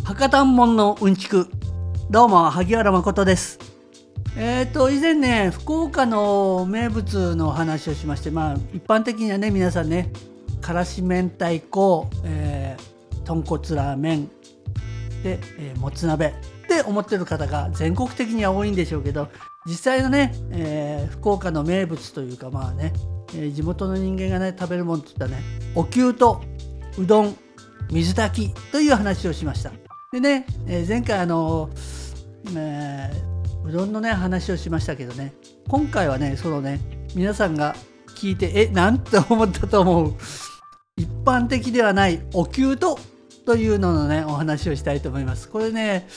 博多門のうんちく。どうも萩原誠です。以前ね、福岡の名物の話をしまして、一般的にはね、皆さんね、からし明太子、豚骨ラーメンで、もつ鍋って思ってる方が全国的には多いんでしょうけど、実際のね、福岡の名物というか地元の人間がね食べるものって言ったらね、お灸とうどん、水炊きという話をしました。でね、前回うどんのね話をしましたけどね、今回はねそのね皆さんが聞いてなんて思ったと思う一般的ではないお灸というののねお話をしたいと思います。これね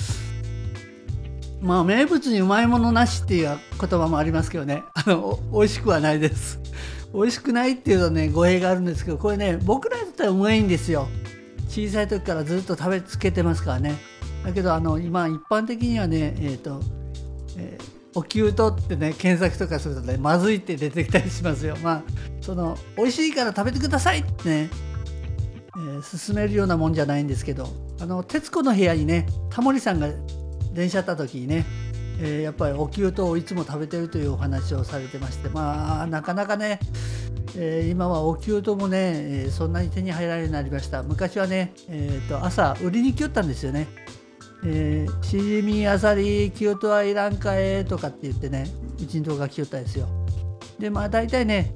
名物にうまいものなしっていう言葉もありますけどね、美味しくはないです。美味しくないっていうのはね語弊があるんですけど、これね僕らにとってはうまいんですよ。小さい時からずっと食べつけてますからね。だけど今一般的にはねお灸とってね検索とかするとねまずいって出てきたりしますよ。その美味しいから食べてくださいってね、勧めるようなもんじゃないんですけど、徹子の部屋にねタモリさんが電車った時にね、やっぱりお灸とをいつも食べてるというお話をされてまして、なかなかね、今はお灸ともね、そんなに手に入られるようになりました。昔はね、朝売りに来よったんですよね。しじみあさり灸とはいらんかとかって言ってね、うちのとこが来よったんですよ。で大体ね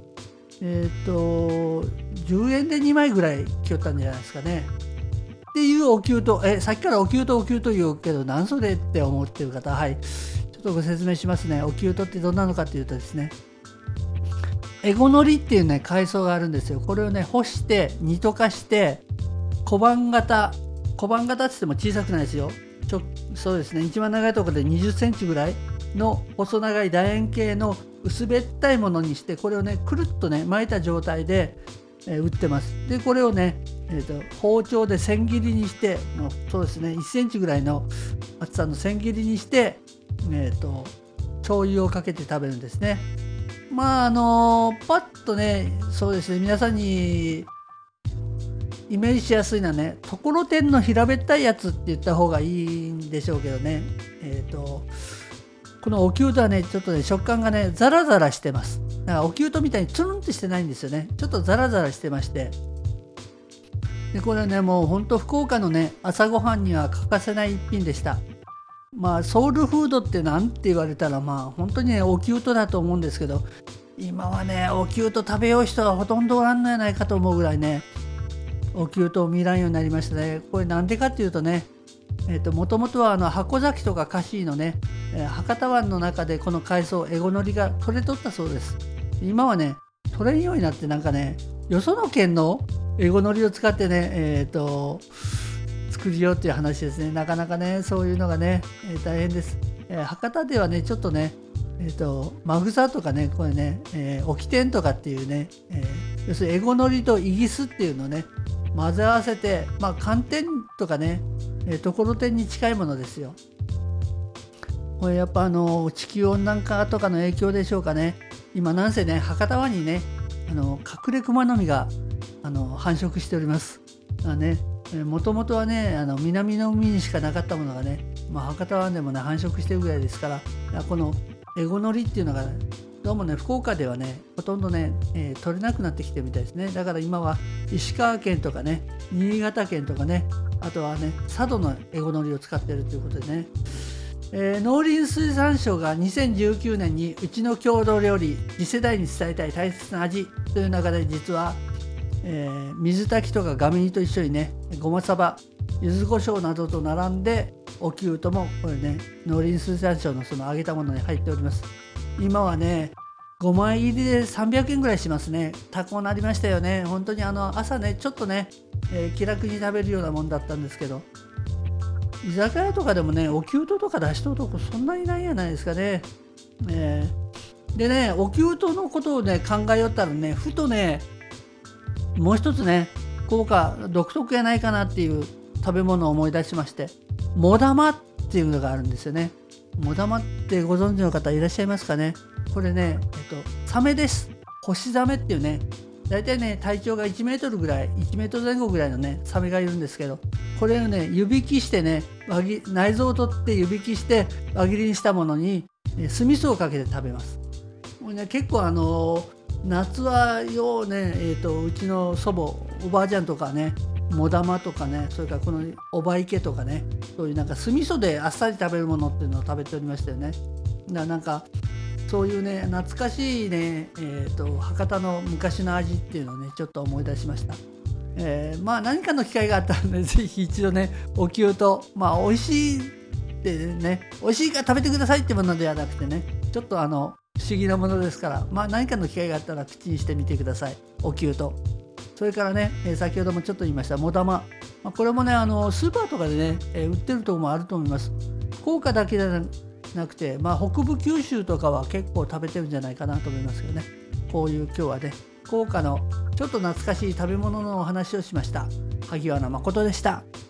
10円で2枚ぐらい来よったんじゃないですかねっていうお灸と、さっきからお灸と言うけど何それって思ってる方、ちょっとご説明しますね。お灸とってどんなのかっていうとですね、エゴノリっていうね海藻があるんですよ。これをね干して煮溶かして小判型って言っても小さくないですよ。そうですね、一番長いところで20センチぐらいの細長い楕円形の薄べったいものにして、これをねくるっとね巻いた状態で、売ってます。でこれをね、包丁で千切りにして、そうですね1センチぐらいの厚さの千切りにして、醤油をかけて食べるんですね。パッとねそうですね、皆さんにイメージしやすいのはね、ところてんの平べったいやつって言った方がいいんでしょうけどね、このお灸とはねちょっとね食感がねザラザラしてます。だからお灸とみたいにツルンってしてないんですよね。ちょっとザラザラしてまして、でこれねもうほんと福岡のね朝ごはんには欠かせない一品でした。ソウルフードってなんて言われたら本当にねお灸とだと思うんですけど、今はねお灸と食べよう人がほとんどおらんのやないかと思うぐらいねお灸とを見らんようになりましたね。これなんでかっていうとね、もともとは箱崎とかカシーのね、博多湾の中でこの海藻エゴノリが取れとったそうです。今はね取れんようになって、なんかねよその県のエゴノリを使ってね作りようっていう話ですね。なかなかねそういうのがね、大変です。博多ではねちょっとねマグサとかねこれね、オキテンとかっていうね、要するにエゴノリとイギスっていうのをね混ぜ合わせて、寒天とかね、ところてんに近いものですよ。これやっぱ地球温暖化とかの影響でしょうかね。今なんせね博多湾にね隠れクマノミが繁殖しております。もともとはね南の海にしかなかったものがね、博多湾でもね繁殖してるぐらいですから、このエゴノリっていうのがどうもね福岡ではねほとんどね、取れなくなってきてるみたいですね。だから今は石川県とかね新潟県とかね、あとはね佐渡のエゴノリを使っているということでね、農林水産省が2019年にうちの郷土料理次世代に伝えたい大切な味という中で、実は、水炊きとかガミ煮と一緒にねごまさば、柚子胡椒などと並んでお灸ともこれね農林水産省のその揚げたものに入っております。今はね5枚入りで300円ぐらいしますね。高くなりましたよね。本当に朝ねちょっとね、気楽に食べるようなもんだったんですけど、居酒屋とかでもねお灸とか出しとるとこそんなにないじゃないですかね。でねお灸とのことをね考えよったらね、ふとねもう一つね効果独特やないかなっていう食べ物を思い出しまして、もだまっていうのがあるんですよね。もだまってご存知の方いらっしゃいますかね。これねサメです。干しザメっていうねだいたいね体長が1メートルぐらい1メートル前後ぐらいのねサメがいるんですけど、これをね湯引きしてね内臓を取って湯引きして輪切りにしたものに酢味噌をかけて食べます。もうね、結構夏はようね、うちの祖母おばあちゃんとかねもだまとかね、それからこのおば池とかね、そういうなんか酢味噌であっさり食べるものっていうのを食べておりましたよね。なんかそういうね懐かしいね、博多の昔の味っていうのをねちょっと思い出しました。まあ何かの機会があったらねぜひ一度ねお灸と美味しいってね、美味しいから食べてくださいってものではなくてね、ちょっと不思議なものですから、何かの機会があったら口にしてみてください。お灸とそれからね、先ほどもちょっと言いましたもだま、これもねスーパーとかでね、売ってるところもあると思います。福岡だけじゃなくて、北部九州とかは結構食べてるんじゃないかなと思いますけどね。こういう今日はね福岡のちょっと懐かしい食べ物のお話をしました。萩原誠でした。